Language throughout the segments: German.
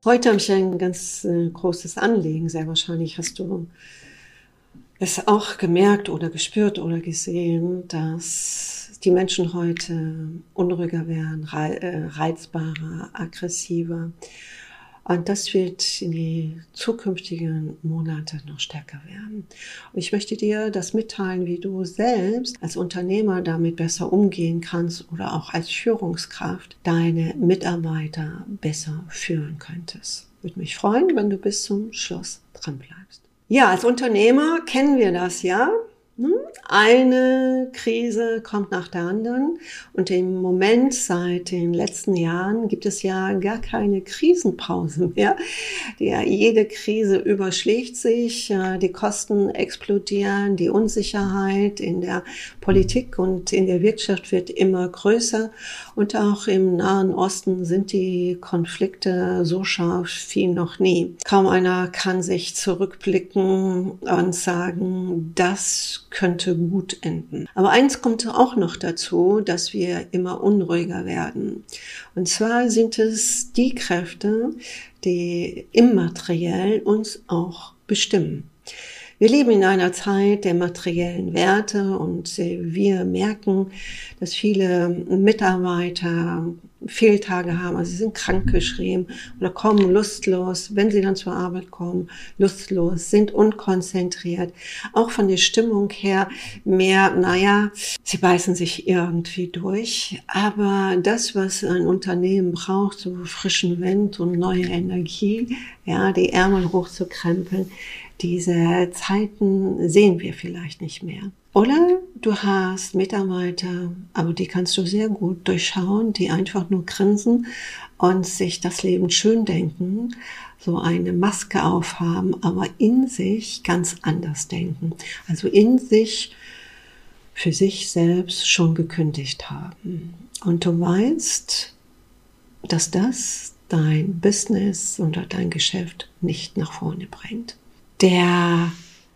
Heute habe ich ein ganz großes Anliegen. Sehr wahrscheinlich hast du es auch gemerkt oder gespürt oder gesehen, dass die Menschen heute unruhiger werden, reizbarer, aggressiver. Und das wird in die zukünftigen Monate noch stärker werden. Und ich möchte dir das mitteilen, wie du selbst als Unternehmer damit besser umgehen kannst oder auch als Führungskraft deine Mitarbeiter besser führen könntest. Würde mich freuen, wenn du bis zum Schluss dran bleibst. Ja, als Unternehmer kennen wir das ja. Eine Krise kommt nach der anderen und im Moment seit den letzten Jahren gibt es ja gar keine Krisenpause mehr. Jede Krise überschlägt sich, die Kosten explodieren, die Unsicherheit in der Politik und in der Wirtschaft wird immer größer und auch im Nahen Osten sind die Konflikte so scharf wie noch nie. Kaum einer kann sich zurückblicken und sagen, das könnte gut enden. Aber eins kommt auch noch dazu, dass wir immer unruhiger werden. Und zwar sind es die Kräfte, die immateriell uns auch bestimmen. Wir leben in einer Zeit der materiellen Werte und wir merken, dass viele Mitarbeiter Fehltage haben, also sie sind krankgeschrieben oder kommen lustlos, wenn sie dann zur Arbeit kommen, lustlos, sind unkonzentriert, auch von der Stimmung her mehr, sie beißen sich irgendwie durch, aber das, was ein Unternehmen braucht, so frischen Wind und neue Energie, die Ärmel hochzukrempeln, diese Zeiten sehen wir vielleicht nicht mehr. Oder du hast Mitarbeiter, aber die kannst du sehr gut durchschauen, die einfach nur grinsen und sich das Leben schön denken, so eine Maske aufhaben, aber in sich ganz anders denken. Also in sich, für sich selbst schon gekündigt haben. Und du weißt, dass das dein Business oder dein Geschäft nicht nach vorne bringt. Der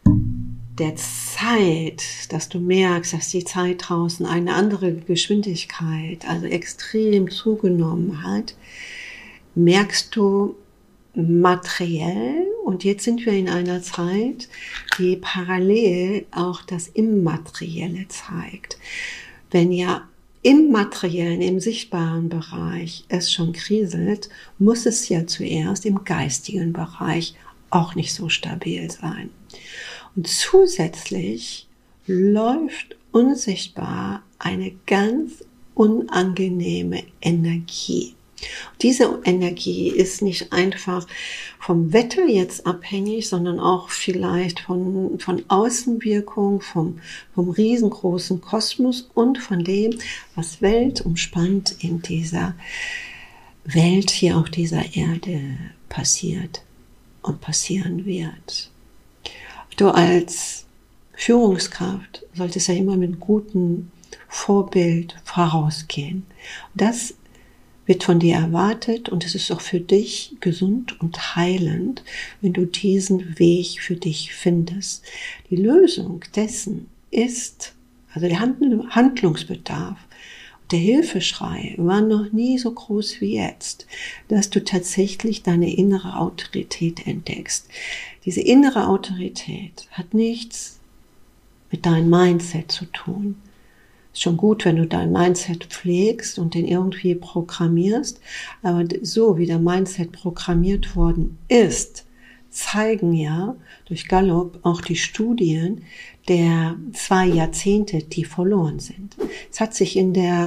Zeit, dass du merkst, dass die Zeit draußen eine andere Geschwindigkeit, also extrem zugenommen hat, merkst du materiell. Und jetzt sind wir in einer Zeit, die parallel auch das Immaterielle zeigt. Wenn ja im materiellen, im sichtbaren Bereich es schon kriselt, muss es ja zuerst im geistigen Bereich auch nicht so stabil sein. Und zusätzlich läuft unsichtbar eine ganz unangenehme Energie. Diese Energie ist nicht einfach vom Wetter jetzt abhängig, sondern auch vielleicht von Außenwirkung, vom riesengroßen Kosmos und von dem, was weltumspannt in dieser Welt hier auf dieser Erde passiert und passieren wird. Du als Führungskraft solltest ja immer mit gutem Vorbild vorausgehen. Das wird von dir erwartet und es ist auch für dich gesund und heilend, wenn du diesen Weg für dich findest. Die Lösung dessen ist, also der Handlungsbedarf, der Hilfeschrei war noch nie so groß wie jetzt, dass du tatsächlich deine innere Autorität entdeckst. Diese innere Autorität hat nichts mit deinem Mindset zu tun. Ist schon gut, wenn du dein Mindset pflegst und den irgendwie programmierst, aber so wie der Mindset programmiert worden ist, zeigen ja durch Gallup auch die Studien der 2 Jahrzehnte, die verloren sind. Es hat sich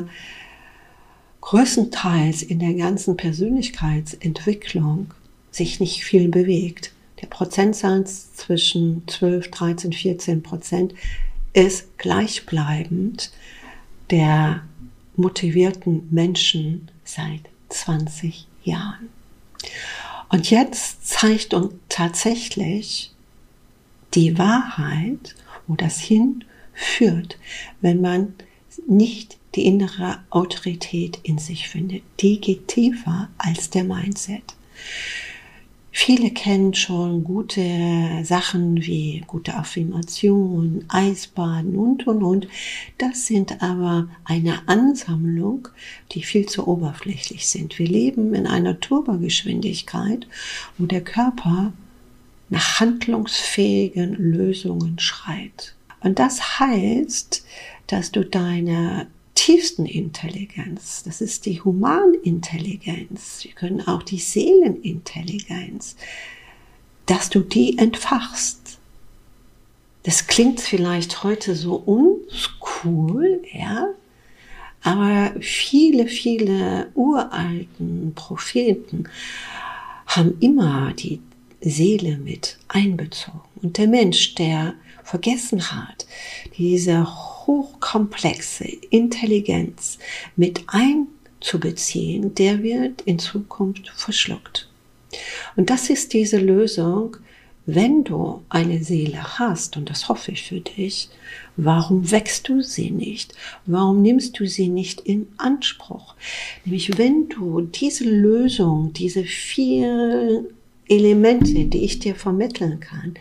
größtenteils in der ganzen Persönlichkeitsentwicklung sich nicht viel bewegt. Der Prozentsatz zwischen 12, 13, 14% ist gleichbleibend der motivierten Menschen seit 20 Jahren. Und jetzt zeigt uns tatsächlich die Wahrheit, wo das hinführt, wenn man nicht die innere Autorität in sich findet. Die geht tiefer als der Mindset. Viele kennen schon gute Sachen wie gute Affirmation, Eisbaden und. Das sind aber eine Ansammlung, die viel zu oberflächlich sind. Wir leben in einer Turbogeschwindigkeit, wo der Körper nach handlungsfähigen Lösungen schreit. Und das heißt, dass du deine tiefsten Intelligenz, das ist die Humanintelligenz, wir können auch die Seelenintelligenz, dass du die entfachst. Das klingt vielleicht heute so uncool, ja, aber viele uralten Propheten haben immer die Seele mit einbezogen. Und der Mensch, der vergessen hat, diese hochkomplexe Intelligenz mit einzubeziehen, der wird in Zukunft verschluckt. Und das ist diese Lösung, wenn du eine Seele hast, und das hoffe ich für dich, warum wächst du sie nicht? Warum nimmst du sie nicht in Anspruch? Nämlich wenn du diese Lösung, diese 4 Elemente, die ich dir vermitteln kann,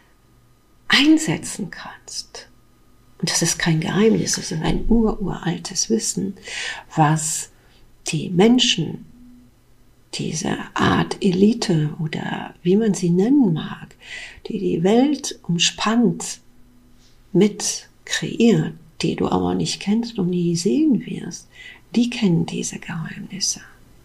einsetzen kannst. Und das ist kein Geheimnis, das ist ein uraltes Wissen, was die Menschen, diese Art Elite oder wie man sie nennen mag, die die Welt umspannt, mit kreiert, die du aber nicht kennst und nie sehen wirst, die kennen diese Geheimnisse.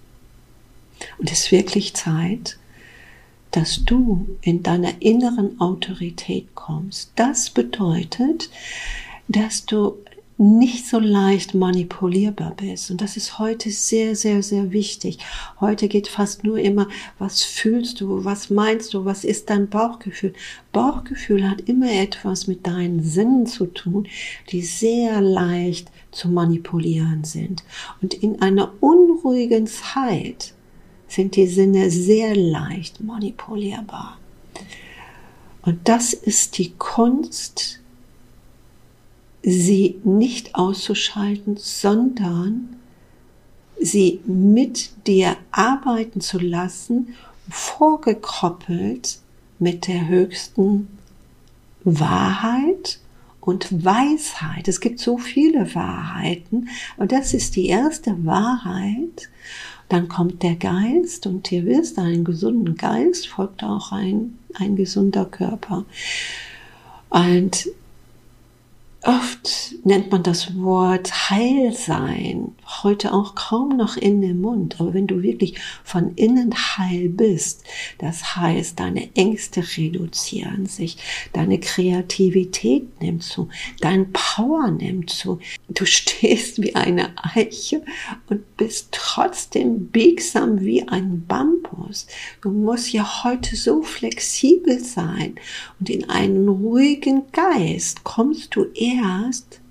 Und es ist wirklich Zeit, dass du in deiner inneren Autorität kommst. Das bedeutet, dass du nicht so leicht manipulierbar bist. Und das ist heute sehr wichtig. Heute geht fast nur immer, was fühlst du, was meinst du, was ist dein Bauchgefühl? Bauchgefühl hat immer etwas mit deinen Sinnen zu tun, die sehr leicht zu manipulieren sind. Und in einer unruhigen Zeit sind die Sinne sehr leicht manipulierbar. Und das ist die Kunst, sie nicht auszuschalten, sondern sie mit dir arbeiten zu lassen, vorgekoppelt mit der höchsten Wahrheit und Weisheit. Es gibt so viele Wahrheiten, und das ist die erste Wahrheit. Dann kommt der Geist, und ihr wisst, einen gesunden Geist folgt auch ein gesunder Körper. Und oft nennt man das Wort Heilsein heute auch kaum noch in den Mund. Aber wenn du wirklich von innen heil bist, das heißt, deine Ängste reduzieren sich, deine Kreativität nimmt zu, dein Power nimmt zu. Du stehst wie eine Eiche und bist trotzdem biegsam wie ein Bambus. Du musst ja heute so flexibel sein, und in einen ruhigen Geist kommst du erst,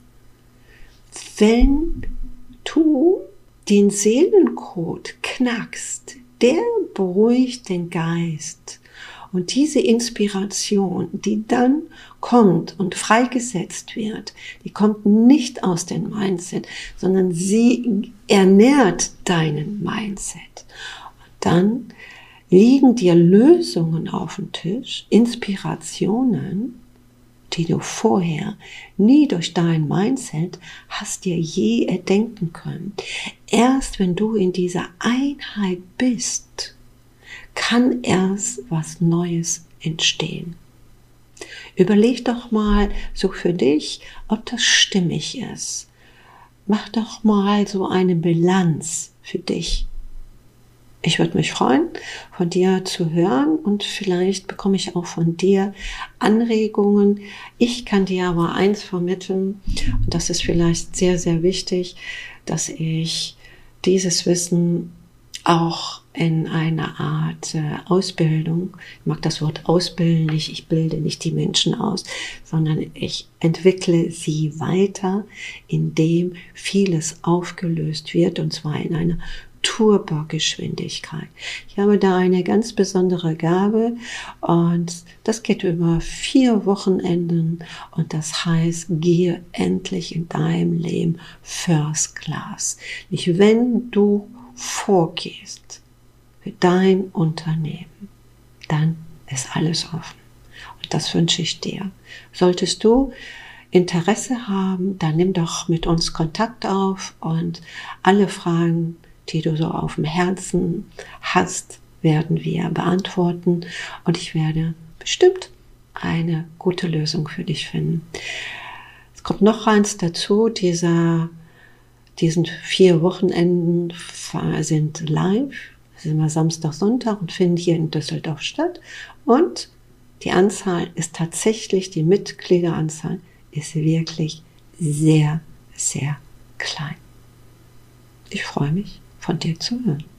wenn du den Seelencode knackst. Der beruhigt den Geist. Und diese Inspiration, die dann kommt und freigesetzt wird, die kommt nicht aus dem Mindset, sondern sie ernährt deinen Mindset. Und dann liegen dir Lösungen auf dem Tisch, Inspirationen, die du vorher nie durch dein Mindset hast dir je erdenken können. Erst wenn du in dieser Einheit bist, kann erst was Neues entstehen. Überleg doch mal so für dich, ob das stimmig ist. Mach doch mal so eine Bilanz für dich. Ich würde mich freuen, von dir zu hören, und vielleicht bekomme ich auch von dir Anregungen. Ich kann dir aber eins vermitteln, und das ist vielleicht sehr wichtig, dass ich dieses Wissen auch in einer Art Ausbildung, ich mag das Wort ausbilden nicht, ich bilde nicht die Menschen aus, sondern ich entwickle sie weiter, indem vieles aufgelöst wird, und zwar in einer Turbogeschwindigkeit. Ich habe da eine ganz besondere Gabe, und das geht über 4 Wochenenden, und das heißt, gehe endlich in deinem Leben First Class. Nicht, wenn du vorgehst für dein Unternehmen, dann ist alles offen. Und das wünsche ich dir. Solltest du Interesse haben, dann nimm doch mit uns Kontakt auf und alle Fragen, die du so auf dem Herzen hast, werden wir beantworten und ich werde bestimmt eine gute Lösung für dich finden. Es kommt noch eins dazu, diesen 4 Wochenenden sind live, das ist immer Samstag, Sonntag und finden hier in Düsseldorf statt und die Anzahl ist tatsächlich, die Mitgliederanzahl ist wirklich sehr, sehr klein. Ich freue mich, von dir zu hören.